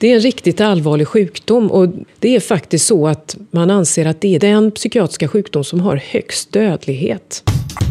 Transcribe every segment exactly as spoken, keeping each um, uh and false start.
Det är en riktigt allvarlig sjukdom och det är faktiskt så att man anser att det är den psykiatriska sjukdom som har högst dödlighet.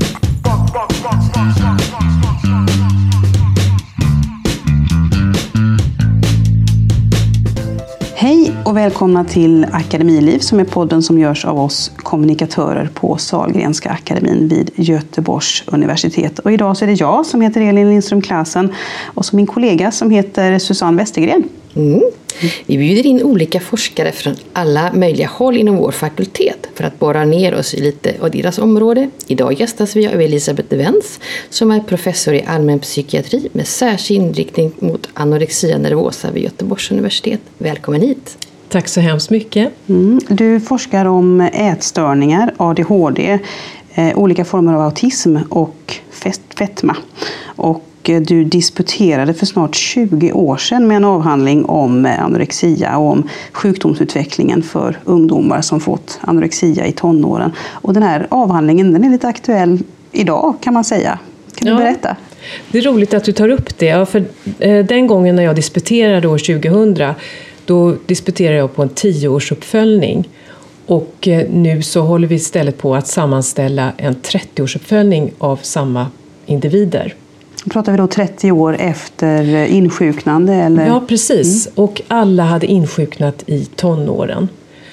Hej och välkomna till Akademiliv som är podden som görs av oss kommunikatörer på Sahlgrenska akademin vid Göteborgs universitet. Och idag så är det jag som heter Elin Lindström Klasen och så min kollega som heter Susanne Westergren. Mm. Vi bjuder in olika forskare från alla möjliga håll inom vår fakultet för att borra ner oss i lite av deras område. Idag gästas vi av Elisabeth Wenz som är professor i allmän psykiatri med särskild inriktning mot anorexia nervosa vid Göteborgs universitet. Välkommen hit! Tack så hemskt mycket! Mm. Du forskar om ätstörningar, A D H D, eh, olika former av autism och fetma. Och du disputerade för snart tjugo år sedan med en avhandling om anorexia och om sjukdomsutvecklingen för ungdomar som fått anorexia i tonåren. Och den här avhandlingen den är lite aktuell idag kan man säga. Kan du ja, berätta? Det är roligt att du tar upp det. Ja, för eh, den gången när jag disputerade år tjugohundra då disputerade jag på en tioårsuppföljning. Och eh, nu så håller vi istället på att sammanställa en trettioårsuppföljning av samma individer. Pratar vi då trettio år efter insjuknande? Eller? Ja, precis. Mm. Och alla hade insjuknat i tonåren.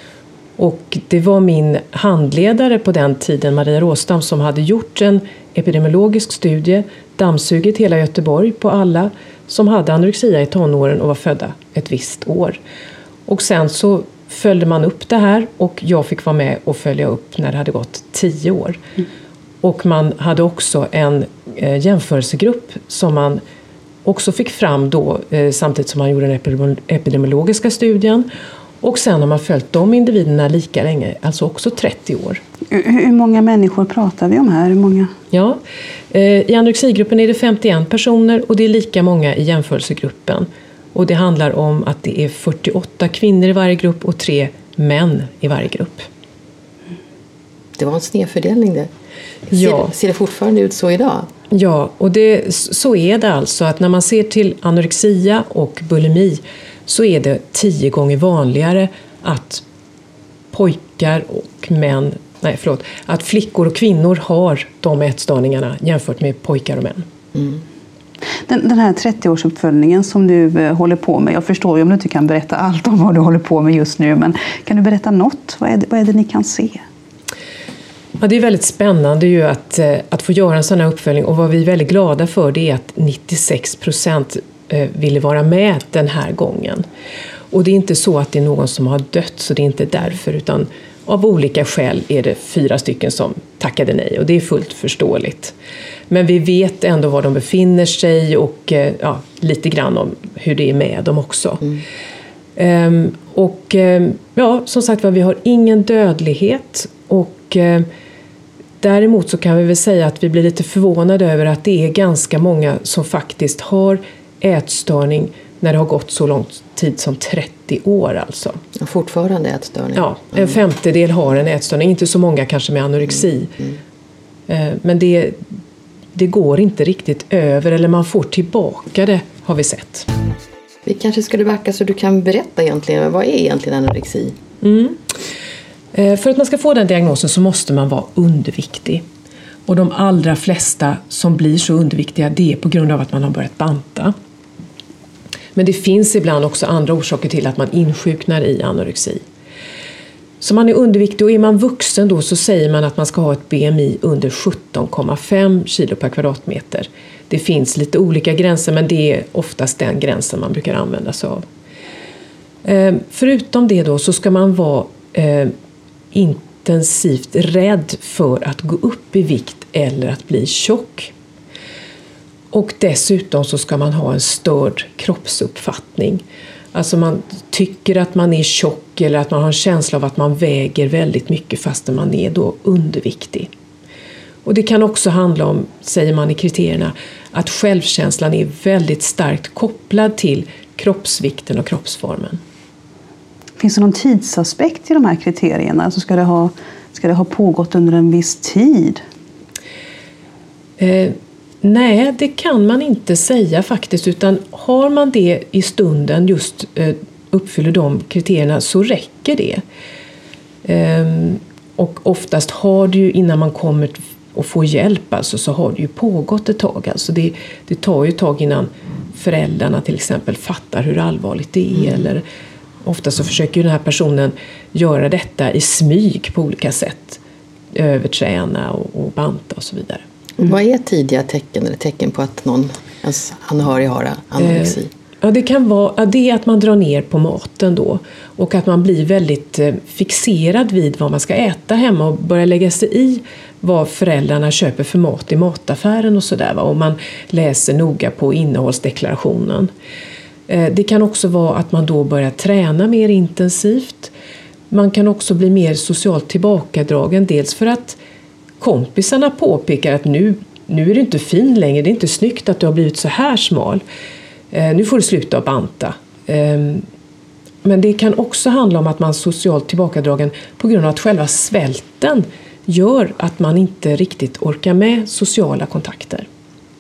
Och det var min handledare på den tiden, Maria Råstam, som hade gjort en epidemiologisk studie, dammsugit hela Göteborg på alla som hade anorexia i tonåren och var födda ett visst år. Och sen så följde man upp det här och jag fick vara med och följa upp när det hade gått tio år. Mm. Och man hade också en eh, jämförelsegrupp som man också fick fram då eh, samtidigt som man gjorde den epidemiologiska studien. Och sen har man följt de individerna lika länge, alltså också trettio år. Hur många människor pratar vi om här? Hur många? Ja, eh, i anorexigruppen är det femtioen personer och det är lika många i jämförelsegruppen. Och det handlar om att det är fyrtioåtta kvinnor i varje grupp och tre män i varje grupp. Det var en snedfördelning det. Ja. Ser, ser det fortfarande ut så idag? Ja, och det, så är det alltså att när man ser till anorexia och bulimi så är det tio gånger vanligare att pojkar och män, nej förlåt, att flickor och kvinnor har de ätstörningarna jämfört med pojkar och män. Mm. Den, den här trettioårsuppföljningen som du eh, håller på med, jag förstår ju om du inte kan berätta allt om vad du håller på med just nu, men kan du berätta något? Vad är det, vad är det ni kan se? Ja, det är väldigt spännande ju att, att få göra en sån här uppföljning och vad vi är väldigt glada för det är att nittiosex procent ville vara med den här gången. Och det är inte så att det är någon som har dött så det är inte därför utan av olika skäl är det fyra stycken som tackade nej och det är fullt förståeligt. Men vi vet ändå var de befinner sig och ja, lite grann om hur det är med dem också. Mm. Um, och um, ja, som sagt var vi har ingen dödlighet och um, däremot så kan vi väl säga att vi blir lite förvånade över att det är ganska många som faktiskt har ätstörning när det har gått så lång tid som trettio år alltså. Ja, fortfarande ätstörning. Ja, en mm. femtedel har en ätstörning, inte så många kanske med anorexi. Mm. Mm. Men det, det går inte riktigt över eller man får tillbaka det har vi sett. Vi kanske skulle backa så du kan berätta egentligen, vad är egentligen anorexi? Mm. För att man ska få den diagnosen så måste man vara underviktig. Och de allra flesta som blir så underviktiga det är på grund av att man har börjat banta. Men det finns ibland också andra orsaker till att man insjuknar i anorexi. Så man är underviktig och är man vuxen då så säger man att man ska ha ett B M I under sjutton komma fem kilo per kvadratmeter. Det finns lite olika gränser men det är oftast den gränsen man brukar använda sig av. Förutom det då så ska man vara intensivt rädd för att gå upp i vikt eller att bli tjock. Och dessutom så ska man ha en störd kroppsuppfattning. Alltså man tycker att man är tjock eller att man har en känsla av att man väger väldigt mycket fast man är då underviktig. Och det kan också handla om, säger man i kriterierna, att självkänslan är väldigt starkt kopplad till kroppsvikten och kroppsformen. Finns det någon tidsaspekt i de här kriterierna? Alltså ska det ha, ska det ha pågått under en viss tid? Eh, Nej, det kan man inte säga faktiskt, utan har man det i stunden, just eh, uppfyller de kriterierna, så räcker det. Ehm, och oftast har det ju, innan man kommer och får hjälp, alltså, så har det ju pågått ett tag. Alltså det, det tar ju ett tag innan föräldrarna till exempel fattar hur allvarligt det är. Mm. Eller ofta så försöker ju den här personen göra detta i smyg på olika sätt. Överträna och, och banta och så vidare. Mm. Vad är tidiga tecken eller tecken på att någon ens anhörig har anorexi? Eh, ja, det kan vara ja, det är att man drar ner på maten då. Och att man blir väldigt eh, fixerad vid vad man ska äta hemma och börjar lägga sig i vad föräldrarna köper för mat i mataffären och sådär. Va? Och man läser noga på innehållsdeklarationen. Eh, det kan också vara att man då börjar träna mer intensivt. Man kan också bli mer socialt tillbakadragen. Dels för att kompisarna påpekar att nu, nu är du inte fin längre. Det är inte snyggt att du har blivit så här smal. Eh, nu får du sluta att banta. Eh, men det kan också handla om att man är socialt tillbakadragen på grund av att själva svälten gör att man inte riktigt orkar med sociala kontakter.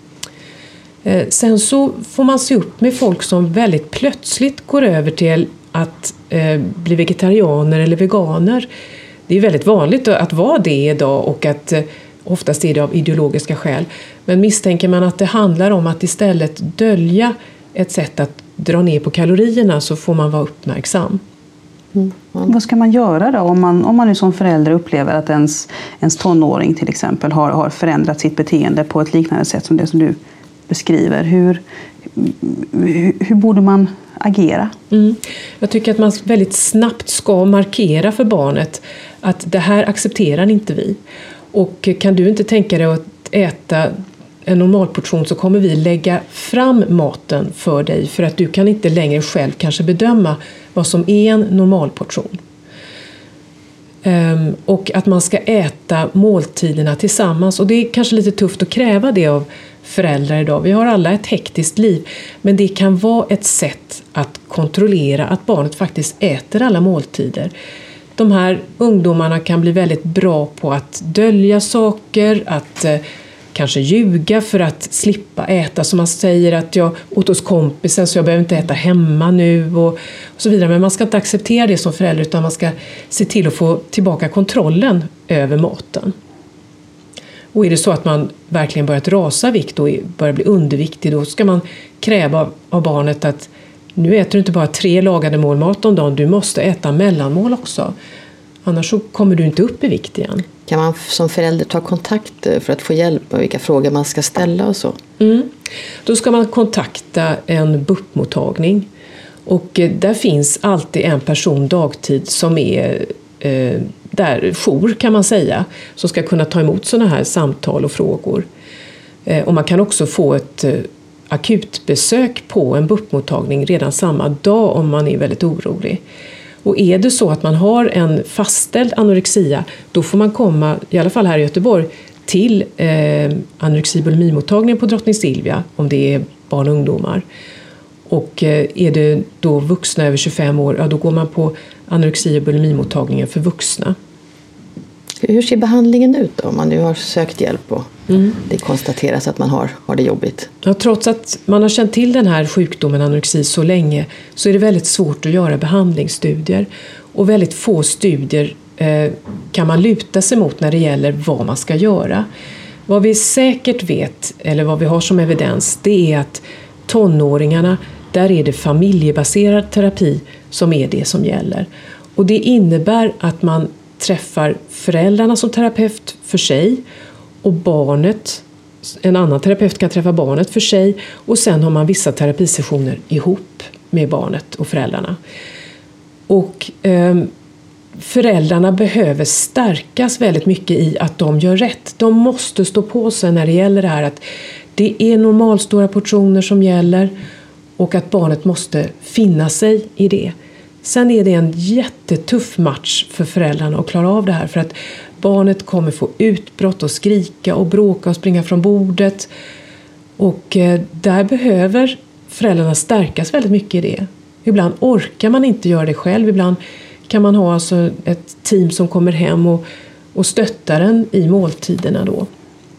Eh, sen så får man se upp med folk som väldigt plötsligt går över till att eh, bli vegetarianer eller veganer. Det är väldigt vanligt att vara det idag och att eh, oftast är det av ideologiska skäl. Men misstänker man att det handlar om att istället dölja ett sätt att dra ner på kalorierna, så får man vara uppmärksam. Mm. Mm. Vad ska man göra då om man, om man nu som förälder upplever att ens, ens tonåring till exempel har, har förändrat sitt beteende på ett liknande sätt som det som du beskriver? Hur, hur, hur borde man agera? Mm. Jag tycker att man väldigt snabbt ska markera för barnet att det här accepterar inte vi. Och kan du inte tänka dig att äta en normal portion, så kommer vi lägga fram maten för dig, för att du kan inte längre själv kanske bedöma vad som är en normal portion. Um, och att man ska äta måltiderna tillsammans. Och det är kanske lite tufft att kräva det av föräldrar idag. Vi har alla ett hektiskt liv, men det kan vara ett sätt att kontrollera att barnet faktiskt äter alla måltider. De här ungdomarna kan bli väldigt bra på att dölja saker, att eh, kanske ljuga för att slippa äta. Så man säger att jag åt hos kompisen så jag behöver inte äta hemma nu och, och så vidare. Men man ska inte acceptera det som förälder, utan man ska se till att få tillbaka kontrollen över maten. Och är det så att man verkligen börjat rasa vikt och börjar bli underviktig, då ska man kräva av barnet att nu äter du inte bara tre lagade mål mat om dagen, du måste äta mellanmål också. Annars så kommer du inte upp i vikt igen. Kan man som förälder ta kontakt för att få hjälp med vilka frågor man ska ställa och så? Mm. Då ska man kontakta en B U P-mottagning. Och där finns alltid en person dagtid som är eh, där, jour kan man säga, som ska kunna ta emot sådana här samtal och frågor. Eh, och man kan också få ett eh, akutbesök på en B U P-mottagning redan samma dag om man är väldigt orolig. Och är det så att man har en fastställd anorexia, då får man komma, i alla fall här i Göteborg, till eh, anorexi-bulimimottagningen på Drottning Silvia om det är barn och ungdomar. Och eh, är det då vuxna över tjugofem år, ja, då går man på anorexi- och bulimimottagningen för vuxna. Hur ser behandlingen ut då, om man nu har sökt hjälp och mm. det konstateras att man har, har det jobbigt? Ja, trots att man har känt till den här sjukdomen anorexi så länge, så är det väldigt svårt att göra behandlingsstudier. Och väldigt få studier eh, kan man luta sig mot när det gäller vad man ska göra. Vad vi säkert vet, eller vad vi har som evidens, det är att tonåringarna, där är det familjebaserad terapi som är det som gäller. Och det innebär att man träffar föräldrarna som terapeut för sig och barnet, en annan terapeut kan träffa barnet för sig, och sen har man vissa terapisessioner ihop med barnet och föräldrarna. Och eh, föräldrarna behöver stärkas väldigt mycket i att de gör rätt. De måste stå på sig när det gäller det här att det är normalstora portioner som gäller och att barnet måste finna sig i det. Sen är det en jättetuff match för föräldrarna att klara av det här, för att barnet kommer få utbrott och skrika och bråka och springa från bordet. Och eh, där behöver föräldrarna stärkas väldigt mycket i det. Ibland orkar man inte göra det själv. Ibland kan man ha alltså ett team som kommer hem och, och stöttar en i måltiderna då.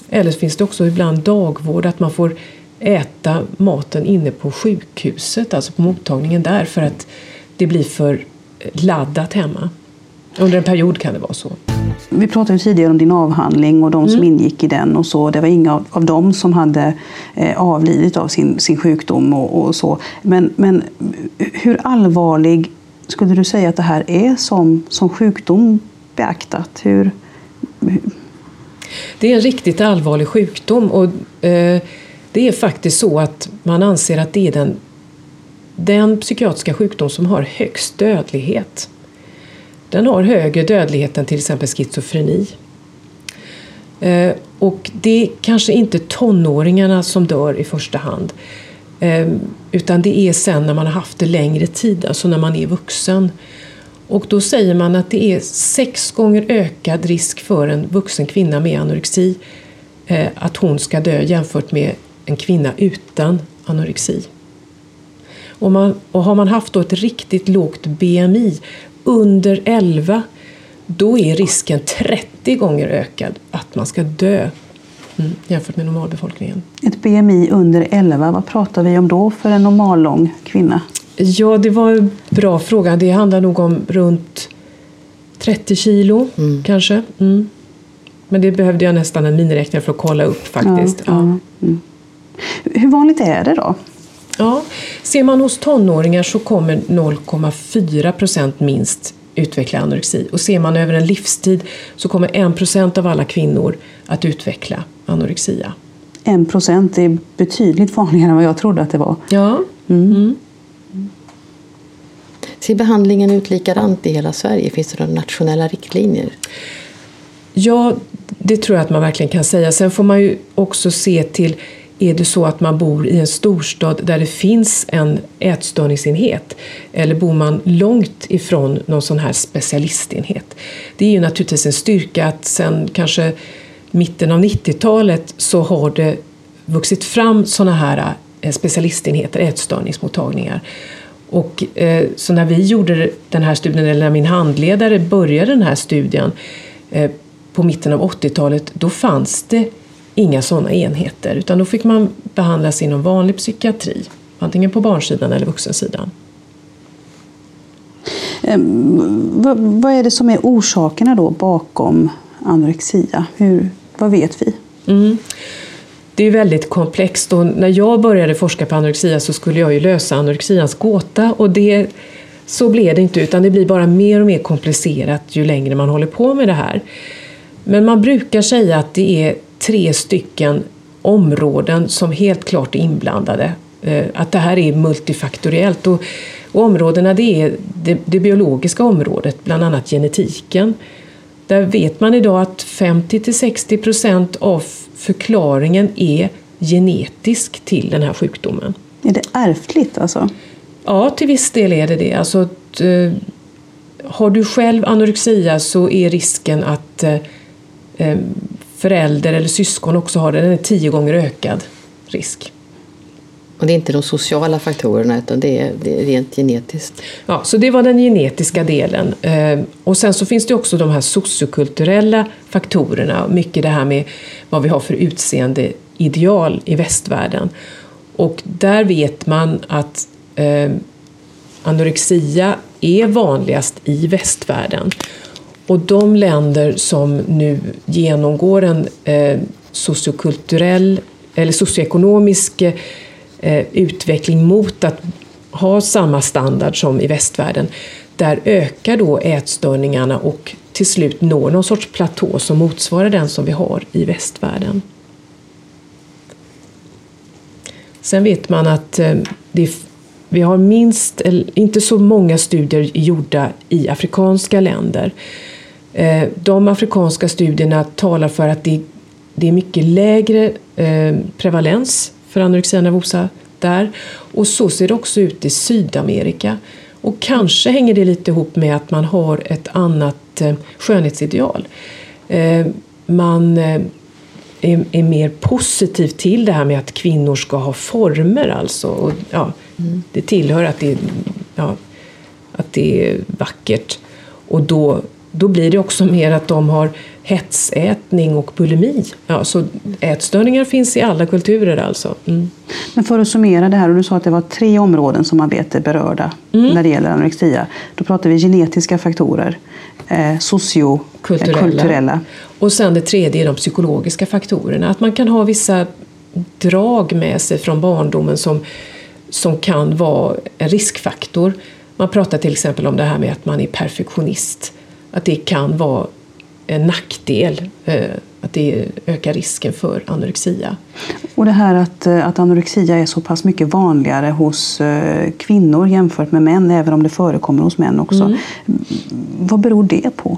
Eller finns det också ibland dagvård, att man får äta maten inne på sjukhuset, alltså på mottagningen där, för att det blir för laddat hemma. Under en period kan det vara så. Vi pratade ju tidigare om din avhandling och de mm. som ingick i den och så. Det var inga av, av dem som hade eh, avlidit av sin, sin sjukdom och, och så. Men, men hur allvarlig skulle du säga att det här är som, som sjukdom beaktat? Hur, hur? Det är en riktigt allvarlig sjukdom, och eh, det är faktiskt så att man anser att det är den, den psykiatriska sjukdom som har högst dödlighet. Den har högre dödlighet än till exempel schizofreni. Eh, och det är kanske inte tonåringarna som dör i första hand. Eh, utan det är sen när man har haft det längre tid, alltså när man är vuxen. Och då säger man att det är sex gånger ökad risk för en vuxen kvinna med anorexi eh, att hon ska dö jämfört med en kvinna utan anorexi. Och, man, och har man haft då ett riktigt lågt B M I under elva, då är risken trettio gånger ökad att man ska dö mm, jämfört med normalbefolkningen. Ett B M I under elva, vad pratar vi om då för en normallång kvinna? Ja, det var en bra fråga. Det handlar nog om runt trettio kilo mm. kanske. Mm. Men det behövde jag nästan en miniräknare för att kolla upp faktiskt. Ja, ja. Mm. Hur vanligt är det då? Ja, ser man hos tonåringar så kommer noll komma fyra procent minst utveckla anorexi. Och ser man över en livstid så kommer en procent av alla kvinnor att utveckla anorexia. En procent är betydligt vanligare än vad jag trodde att det var. Ja. Mm. Mm. Ser behandlingen ut likadant i hela Sverige? Finns det några nationella riktlinjer? Ja, det tror jag att man verkligen kan säga. Sen får man ju också se till, är det så att man bor i en storstad där det finns en ätstörningsenhet, eller bor man långt ifrån någon sån här specialistenhet? Det är ju naturligtvis en styrka att sen kanske mitten av nittiotalet så har det vuxit fram såna här specialistenheter, ätstörningsmottagningar. Och eh, så när vi gjorde den här studien, eller när min handledare började den här studien eh, på mitten av åttiotalet, då fanns det inga sådana enheter, utan då fick man behandlas inom vanlig psykiatri, antingen på barnsidan eller vuxensidan. Eh, vad, vad är det som är orsakerna då bakom anorexia? Hur, vad vet vi? Mm. Det är väldigt komplext, och när jag började forska på anorexia så skulle jag ju lösa anorexians gåta, och det, så blev det inte, utan det blir bara mer och mer komplicerat ju längre man håller på med det här. Men man brukar säga att det är tre stycken områden som helt klart är inblandade. Att det här är multifaktoriellt, och, och områdena det är det, det biologiska området, bland annat genetiken. Där vet man idag att femtio till sextio procent av förklaringen är genetisk till den här sjukdomen. Är det ärftligt alltså? Ja, till viss del är det det. Alltså, att, eh, har du själv anorexia så är risken att eh, förälder eller syskon också har det. Den är tio gånger ökad risk. Och det är inte de sociala faktorerna, utan det är, det är rent genetiskt. Ja, så det var den genetiska delen. Eh, och sen så finns det också de här sociokulturella faktorerna. Mycket det här med vad vi har för utseende ideal i västvärlden. Och där vet man att eh, anorexia är vanligast i västvärlden. Och de länder som nu genomgår en eh, sociokulturell eller socioekonomisk eh, utveckling mot att ha samma standard som i västvärlden, där ökar då ätstörningarna och till slut når någon sorts platå som motsvarar den som vi har i västvärlden. Sen vet man att eh, det, vi har minst, eller inte så många studier gjorda i afrikanska länder. Eh, de afrikanska studierna talar för att det, det är mycket lägre eh, prevalens för anorexia nervosa där. Och så ser det också ut i Sydamerika. Och kanske hänger det lite ihop med att man har ett annat eh, skönhetsideal. Eh, man eh, är, är mer positiv till det här med att kvinnor ska ha former. Alltså. Och, ja, mm. Det tillhör att det, ja, att det är vackert. Och då då blir det också mer att de har hetsätning och bulimi. Ja, så ätstörningar finns i alla kulturer alltså. Mm. Men för att summera det här, och du sa att det var tre områden som man vet är berörda mm. när det gäller anorexia. Då pratar vi genetiska faktorer, eh, sociokulturella. Eh, och sen det tredje är de psykologiska faktorerna. Att man kan ha vissa drag med sig från barndomen som, som kan vara en riskfaktor. Man pratar till exempel om det här med att man är perfektionist. Att det kan vara en nackdel, att det ökar risken för anorexia. Och det här att, att anorexia är så pass mycket vanligare hos kvinnor jämfört med män, även om det förekommer hos män också. Mm. Vad beror det på?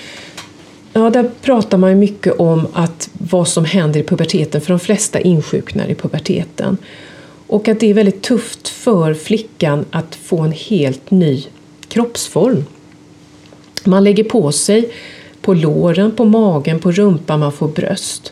Ja, där pratar man ju mycket om att vad som händer i puberteten, för de flesta insjuknar i puberteten. Och att det är väldigt tufft för flickan att få en helt ny kroppsform. Man lägger på sig på låren, på magen, på rumpan, man får bröst.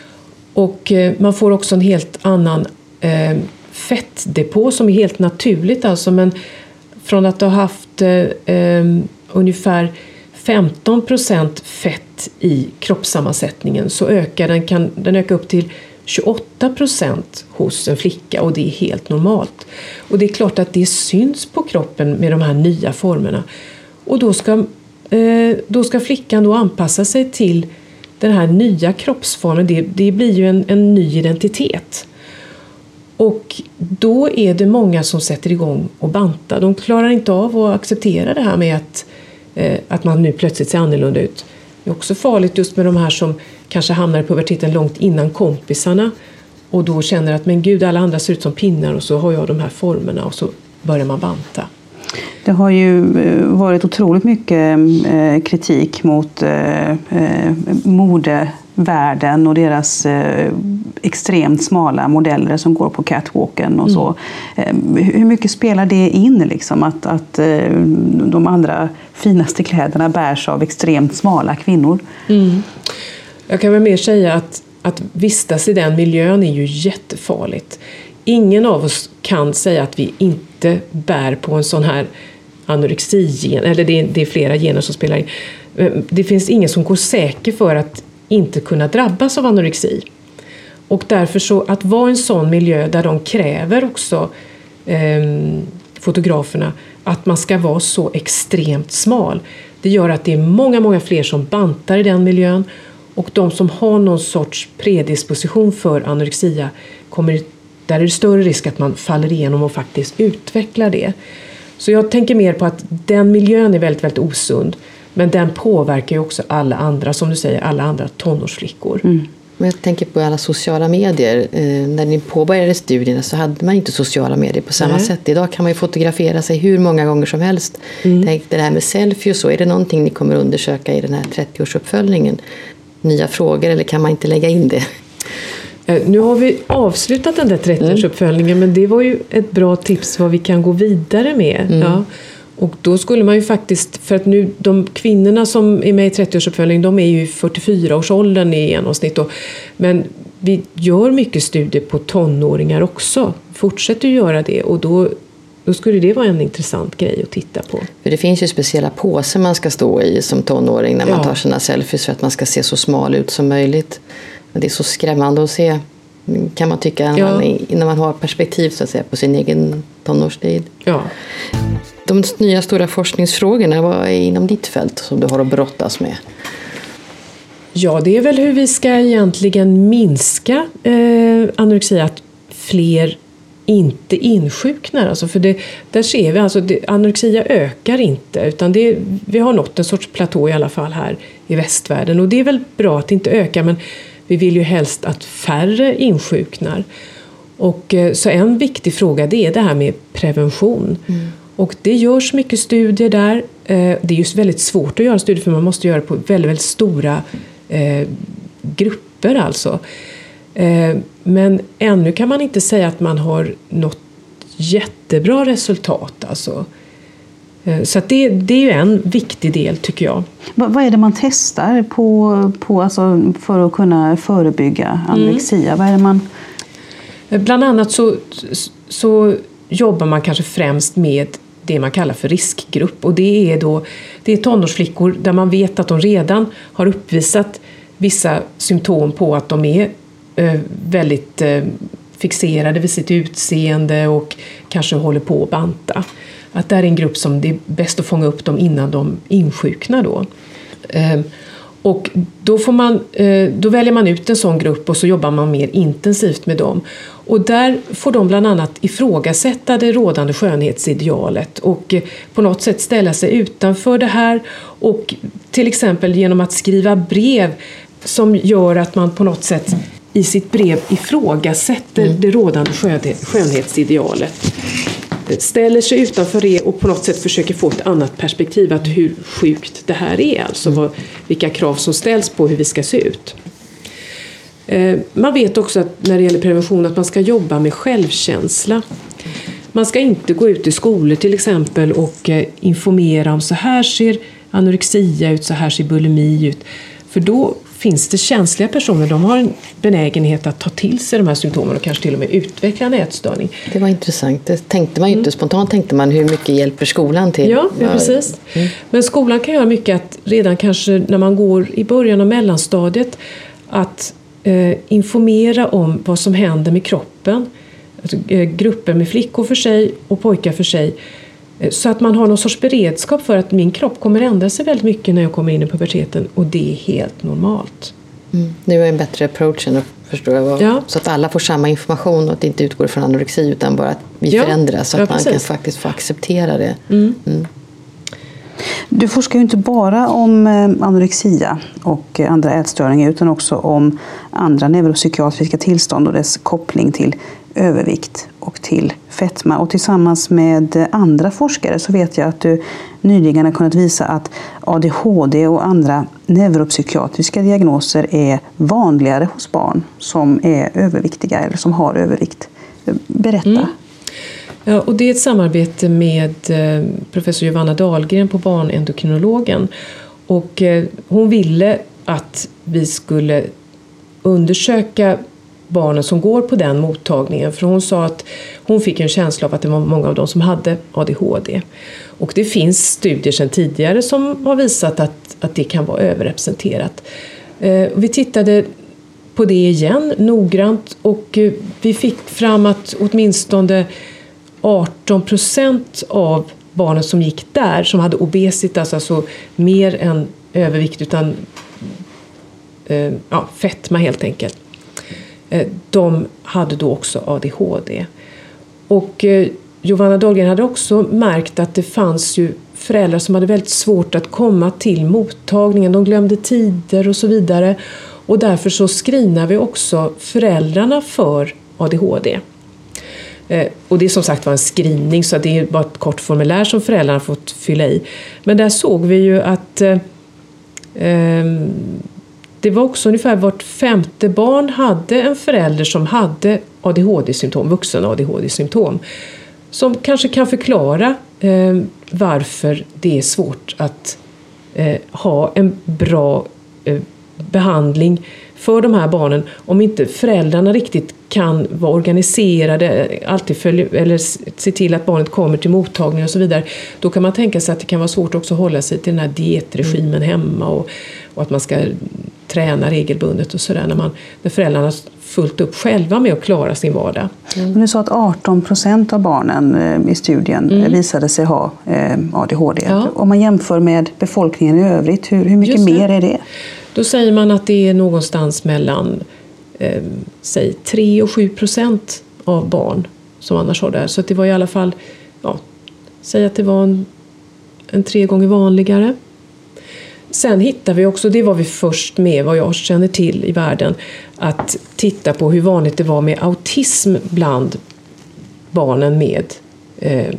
Och eh, man får också en helt annan eh, fettdepå som är helt naturligt. Alltså, men från att ha haft eh, eh, ungefär femton procent fett i kroppssammansättningen så ökar den, kan, den ökar upp till tjugoåtta procent hos en flicka, och det är helt normalt. Och det är klart att det syns på kroppen med de här nya formerna. Och då ska, eh, då ska flickan då anpassa sig till den här nya kroppsformen. Det, det blir ju en, en ny identitet. Och då är det många som sätter igång och bantar. De klarar inte av att acceptera det här med att, eh, att man nu plötsligt ser annorlunda ut. Det är också farligt just med de här som kanske hamnar i puberteten långt innan kompisarna. Och då känner att men gud, alla andra ser ut som pinnar och så har jag de här formerna, och så börjar man banta. Det har ju varit otroligt mycket kritik mot modevärlden och deras extremt smala modeller som går på catwalken och så. Mm. Hur mycket spelar det in liksom, att, att de allra finaste kläderna bärs av extremt smala kvinnor? Mm. Jag kan väl mer säga att, att vistas i den miljön är ju jättefarligt. Ingen av oss kan säga att vi inte bär på en sån här anorexi-gen, eller det är, det är flera gener som spelar in. Det finns ingen som går säker för att inte kunna drabbas av anorexi. Och därför så att vara en sån miljö där de kräver också eh, fotograferna att man ska vara så extremt smal. Det gör att det är många, många fler som bantar i den miljön, och de som har någon sorts predisposition för anorexia kommer, där är det större risk att man faller igenom och faktiskt utvecklar det. Så jag tänker mer på att den miljön är väldigt, väldigt osund, men den påverkar ju också alla andra, som du säger, alla andra tonårsflickor. Mm. Men jag tänker på alla sociala medier. Eh, när ni påbörjade studierna så hade man inte sociala medier på samma Nej. sätt. Idag kan man ju fotografera sig hur många gånger som helst. Mm. Tänk det här med selfie och så. Är det någonting ni kommer undersöka i den här trettioårsuppföljningen? Nya frågor, eller kan man inte lägga in det? Nu har vi avslutat den där trettioårsuppföljningen, mm. men det var ju ett bra tips vad vi kan gå vidare med. Mm. Ja. Och då skulle man ju faktiskt, för att nu de kvinnorna som är med i trettioårsuppföljningen, de är ju i fyrtiofyra-årsåldern i genomsnitt. Då. Men vi gör mycket studier på tonåringar också. Fortsätter att göra det, och då, då skulle det vara en intressant grej att titta på. För det finns ju speciella påsar man ska stå i som tonåring när man ja. tar sina selfies för att man ska se så smal ut som möjligt. Men det är så skrämmande att se, kan man tycka, när, ja. man, när man har perspektiv så att säga, på sin egen tonårstid. Ja. De nya stora forskningsfrågorna, vad är inom ditt fält som du har att brottas med? Ja, det är väl hur vi ska egentligen minska eh, anorexia, att fler inte insjuknar. Alltså, för det, där ser vi, alltså det, anorexia ökar inte, utan det, vi har nått en sorts platå i alla fall här i västvärlden. Och det är väl bra att det inte ökar, men vi vill ju helst att färre insjuknar. Och, eh, så en viktig fråga, det är det här med prevention. Mm. Och det görs mycket studier där. Det är just väldigt svårt att göra studier, för man måste göra på väldigt, väldigt stora eh, grupper alltså. Eh, men ännu kan man inte säga att man har nått jättebra resultat alltså. Eh, så att det, det är ju en viktig del, tycker jag. Vad, vad är det man testar på, på alltså för att kunna förebygga anorexia? Mm. Vad är det man... Bland annat så... så jobbar man kanske främst med det man kallar för riskgrupp. Och det är då det är tonårsflickor där man vet att de redan har uppvisat vissa symptom på att de är eh, väldigt eh, fixerade vid sitt utseende och kanske håller på att banta. Att det är en grupp som det är bäst att fånga upp dem innan de insjuknar då. Eh, och då, får man, eh, då väljer man ut en sån grupp och så jobbar man mer intensivt med dem. Och där får de bland annat ifrågasätta det rådande skönhetsidealet och eh, på något sätt ställa sig utanför det här. Och till exempel genom att skriva brev som gör att man på något sätt i sitt brev ifrågasätter mm. det rådande skönhetsidealet. Ställer sig utanför det och på något sätt försöker få ett annat perspektiv att hur sjukt det här är. Alltså vad, vilka krav som ställs på hur vi ska se ut. Eh, man vet också att när det gäller prevention att man ska jobba med självkänsla. Man ska inte gå ut i skolor till exempel och eh, informera om så här ser anorexia ut, så här ser bulimi ut. För då finns det känsliga personer, de har en benägenhet att ta till sig de här symptomen och kanske till och med utveckla en ätstörning. Det var intressant. Det tänkte man ju inte. Mm. Spontant tänkte man hur mycket hjälper skolan till. Ja, ja precis. Mm. Men skolan kan göra mycket att redan kanske när man går i början av mellanstadiet att eh, informera om vad som händer med kroppen. Alltså, eh, grupper med flickor för sig och pojkar för sig. Så att man har någon sorts beredskap för att min kropp kommer ändra sig väldigt mycket när jag kommer in i puberteten. Och det är helt normalt. Mm. Det är en bättre approach än att förstå vad, ja. Så att alla får samma information och att det inte utgår från anorexi utan bara att vi ja. förändras. Så att ja, man kan faktiskt få acceptera det. Mm. Mm. Du forskar ju inte bara om anorexia och andra ätstörningar utan också om andra neuropsykiatriska tillstånd och dess koppling till övervikt och till fetma. Och tillsammans med andra forskare så vet jag att du nyligen har kunnat visa att A D H D och andra neuropsykiatriska diagnoser är vanligare hos barn som är överviktiga eller som har övervikt. Berätta. Mm. Ja, och det är ett samarbete med professor Giovanna Dahlgren på barnendokrinologen. Och hon ville att vi skulle undersöka barnen som går på den mottagningen. För hon sa att hon fick en känsla av att det var många av dem som hade A D H D. Och det finns studier sedan tidigare som har visat att, att det kan vara överrepresenterat. Eh, vi tittade på det igen noggrant och eh, vi fick fram att åtminstone arton procent av barnen som gick där som hade obesitas, alltså mer än övervikt utan eh, ja, fetma helt enkelt. De hade då också A D H D. Och eh, Giovanna Dahlgren hade också märkt att det fanns ju föräldrar som hade väldigt svårt att komma till mottagningen. De glömde tider och så vidare. Och därför så screenar vi också föräldrarna för A D H D. Eh, och det är som sagt var en screening så det är bara ett kort formulär som föräldrarna fått fylla i. Men där såg vi ju att eh, eh, det var också ungefär vart femte barn hade en förälder som hade A D H D-symptom, vuxen A D H D-symptom. Som kanske kan förklara eh, varför det är svårt att eh, ha en bra eh, behandling för de här barnen. Om inte föräldrarna riktigt kan vara organiserade, alltid följa, eller se till att barnet kommer till mottagning och så vidare. Då kan man tänka sig att det kan vara svårt också att hålla sig till den här dietregimen hemma och, och att man ska träna regelbundet och sådär när, man, när föräldrarna fullt upp själva med att klara sin vardag. Mm. Du sa att arton procent av barnen i studien mm. visade sig ha A D H D. Ja. Om man jämför med befolkningen i övrigt, hur, hur mycket mer är det? Då säger man att det är någonstans mellan eh, säg tre och sju procent av barn som annars har det här. Så att det var i alla fall, ja, säg att det var en, en tre gånger vanligare. Sen hittar vi också, det var vi först med vad jag känner till i världen, att titta på hur vanligt det var med autism bland barnen med eh,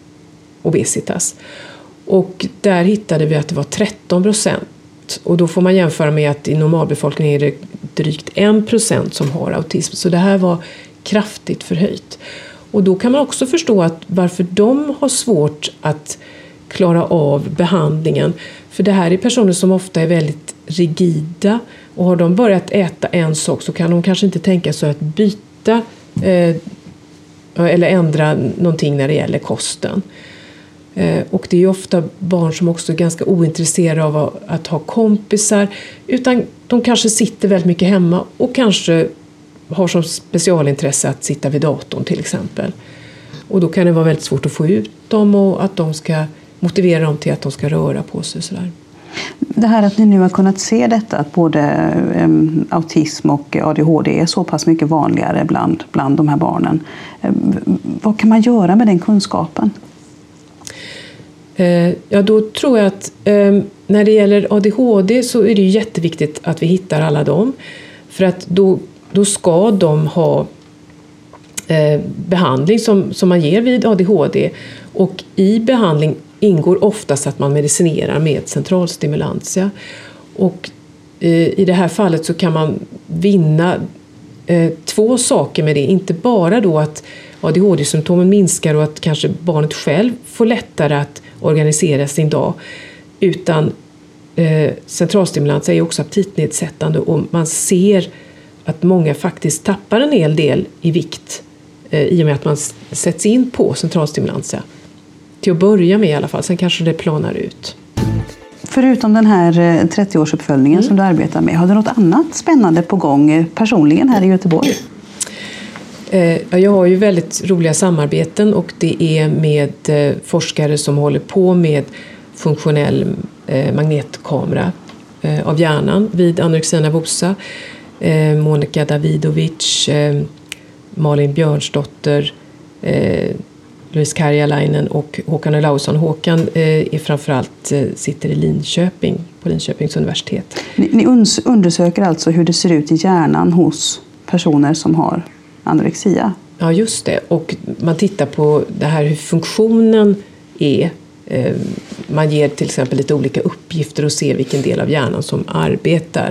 obesitas. Och där hittade vi att det var tretton procent. Och då får man jämföra med att i normalbefolkningen är det drygt en procent som har autism. Så det här var kraftigt förhöjt. Och då kan man också förstå att varför de har svårt att klara av behandlingen. För det här är personer som ofta är väldigt rigida. Och har de börjat äta en sak så kan de kanske inte tänka sig att byta eh, eller ändra någonting när det gäller kosten. Och det är ju ofta barn som också är ganska ointresserade av att ha kompisar, utan de kanske sitter väldigt mycket hemma och kanske har som specialintresse att sitta vid datorn till exempel. Och då kan det vara väldigt svårt att få ut dem och att de ska motivera dem till att de ska röra på sig. Sådär. Det här att ni nu har kunnat se detta, att både um, autism och A D H D är så pass mycket vanligare bland, bland de här barnen. Um, vad kan man göra med den kunskapen? Uh, ja, då tror jag att um, när det gäller A D H D så är det ju jätteviktigt att vi hittar alla dem. För att då, då ska de ha uh, behandling som, som man ger vid A D H D. Och i behandling ingår oftast att man medicinerar med centralstimulantia. Och eh, i det här fallet så kan man vinna eh, två saker med det. Inte bara då att A D H D-symptomen minskar och att kanske barnet själv får lättare att organisera sin dag. Utan eh, centralstimulantia är också aptitnedsättande och man ser att många faktiskt tappar en hel del i vikt eh, i och med att man sätts in på centralstimulantia. Till att börja med i alla fall, sen kanske det planar ut. Förutom den här trettio-årsuppföljningen mm. som du arbetar med, har du något annat spännande på gång personligen här i Göteborg? Eh, jag har ju väldigt roliga samarbeten och det är med eh, forskare som håller på med funktionell eh, magnetkamera eh, av hjärnan vid anorexia nervosa. Eh, Monica Davidovic, eh, Malin Björnsdotter, eh, Louise Karjalainen och Håkan Olausson. Håkan eh, är framförallt eh, sitter i Linköping på Linköpings universitet. Ni, ni undersöker alltså hur det ser ut i hjärnan hos personer som har anorexia? Ja, just det. Och man tittar på det här hur funktionen är. Eh, man ger till exempel lite olika uppgifter och ser vilken del av hjärnan som arbetar.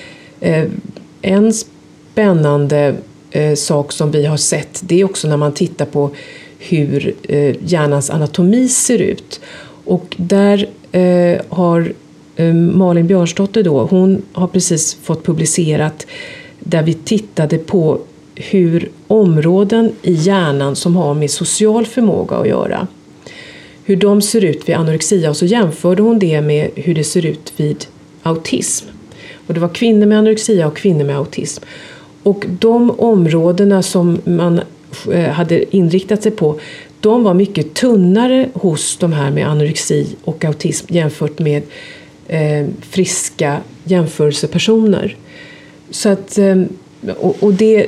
Eh, en spännande eh, sak som vi har sett, det är också när man tittar på hur eh, hjärnans anatomi ser ut. Och där eh, har eh, Malin Björnsdotter då, hon har precis fått publicerat där vi tittade på hur områden i hjärnan som har med social förmåga att göra, hur de ser ut vid anorexia, och så jämförde hon det med hur det ser ut vid autism. Och det var kvinnor med anorexia och kvinnor med autism. Och de områdena som man hade inriktat sig på, de var mycket tunnare hos de här med anorexi och autism jämfört med eh, friska jämförelsepersoner. Så att, eh, och, och det,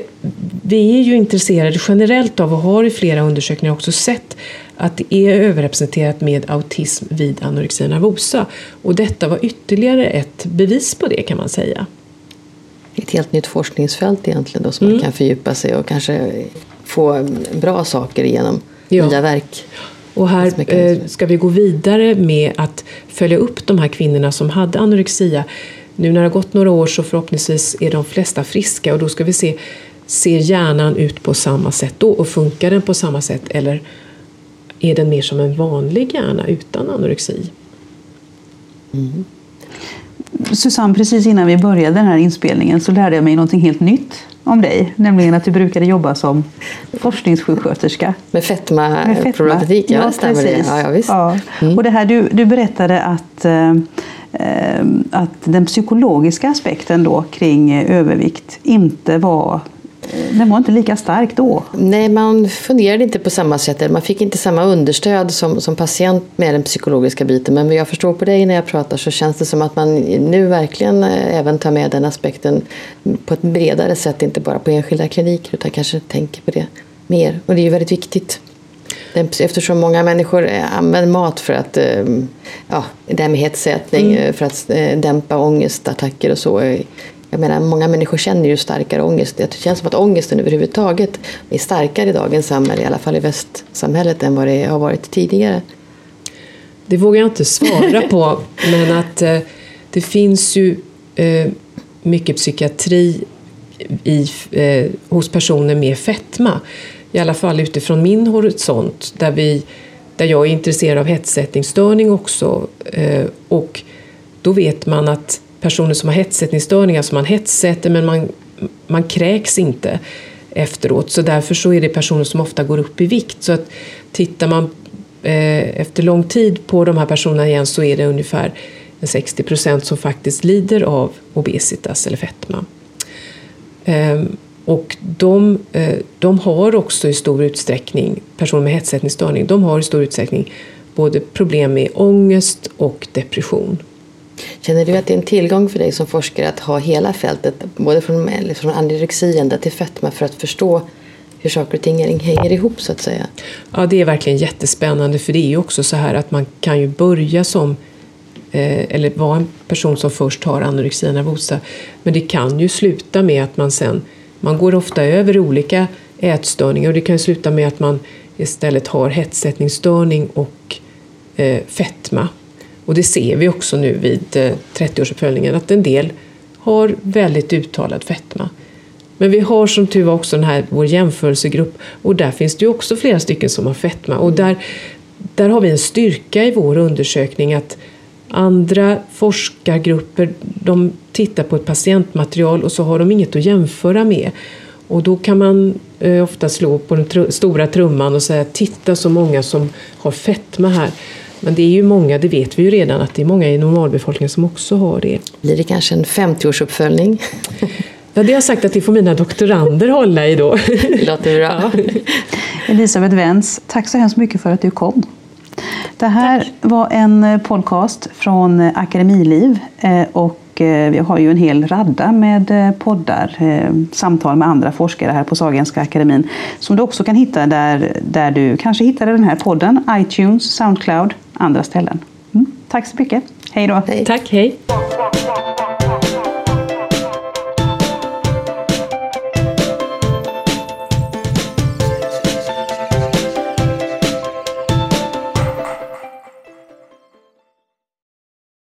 vi är ju intresserade generellt av och har i flera undersökningar också sett att det är överrepresenterat med autism vid anorexia nervosa. Och detta var ytterligare ett bevis på det, kan man säga. Ett helt nytt forskningsfält egentligen då, som mm. man kan fördjupa sig och kanske få bra saker genom ja. nya verk. Och här eh, ska vi gå vidare med att följa upp de här kvinnorna som hade anorexia. Nu när det har gått några år så förhoppningsvis är de flesta friska, och då ska vi se, ser hjärnan ut på samma sätt då och funkar den på samma sätt, eller är den mer som en vanlig hjärna utan anorexi? Mm. Susanne, precis innan vi började den här inspelningen så lärde jag mig någonting helt nytt om dig. Nämligen att du brukade jobba som forskningssjuksköterska. Med fetma-problematik, ja, ja, stämmer det. Ja, ja, visst. Ja. Mm. Och det här, du, du berättade att, äh, att den psykologiska aspekten då kring övervikt inte var... Den var inte lika stark då. Nej, man fungerade inte på samma sätt. Man fick inte samma understöd som, som patient med den psykologiska biten. Men vad jag förstår på dig när jag pratar så känns det som att man nu verkligen även tar med den aspekten på ett bredare sätt. Inte bara på enskilda kliniker utan kanske tänker på det mer. Och det är ju väldigt viktigt. Eftersom många människor använder mat för att, ja, det här med hetsätning, mm. för att dämpa ångestattacker och så. Jag menar, många människor känner ju starkare ångest. Det känns som att ångesten överhuvudtaget är starkare i dagens samhälle, i alla fall i västsamhället, än vad det har varit tidigare. Det vågar jag inte svara på, men att eh, det finns ju eh, mycket psykiatri i, eh, hos personer med fetma. I alla fall utifrån min horisont, där, vi, där jag är intresserad av hetsätningsstörning också. Eh, och då vet man att personer som har hetsätningsstörningar, som man hetsätter men man, man kräks inte efteråt. Så därför så är det personer som ofta går upp i vikt. Så att tittar man efter lång tid på de här personerna igen så är det ungefär sextio procent som faktiskt lider av obesitas eller fetma. Och de, de har också i stor utsträckning, personer med hetsätningsstörning, de har i stor utsträckning både problem med ångest och depression. Känner du att det är en tillgång för dig som forskare att ha hela fältet, både från, från anorexi ända till fetma, för att förstå hur saker och ting hänger ihop så att säga? Ja, det är verkligen jättespännande, för det är ju också så här att man kan ju börja som eh, eller vara en person som först har anorexia nervosa, men det kan ju sluta med att man sen, man går ofta över olika ätstörningar och det kan ju sluta med att man istället har hetsätningsstörning och eh, fetma. Och det ser vi också nu vid eh, trettioårsuppföljningen att en del har väldigt uttalad fetma. Men vi har som tur var också den här, vår jämförelsegrupp, och där finns det ju också flera stycken som har fetma. Och där, där har vi en styrka i vår undersökning att andra forskargrupper, de tittar på ett patientmaterial och så har de inget att jämföra med. Och då kan man eh, ofta slå på den tr- stora trumman och säga titta så många som har fetma här. Men det är ju många, det vet vi ju redan, att det är många i normalbefolkningen som också har det. Blir det kanske en femtioårsuppföljning? Ja, det har jag sagt att det får mina doktorander hålla i då. Det låter bra. Elisabeth Wenz, tack så hemskt mycket för att du kom. Det här tack. var en podcast från Akademiliv och vi har ju en hel radda med poddar, samtal med andra forskare här på Sahlgrenska akademin som du också kan hitta där, där du kanske hittade den här podden, iTunes, Soundcloud, andra ställen. Mm, tack så mycket. Hej då. Hej. Tack, hej.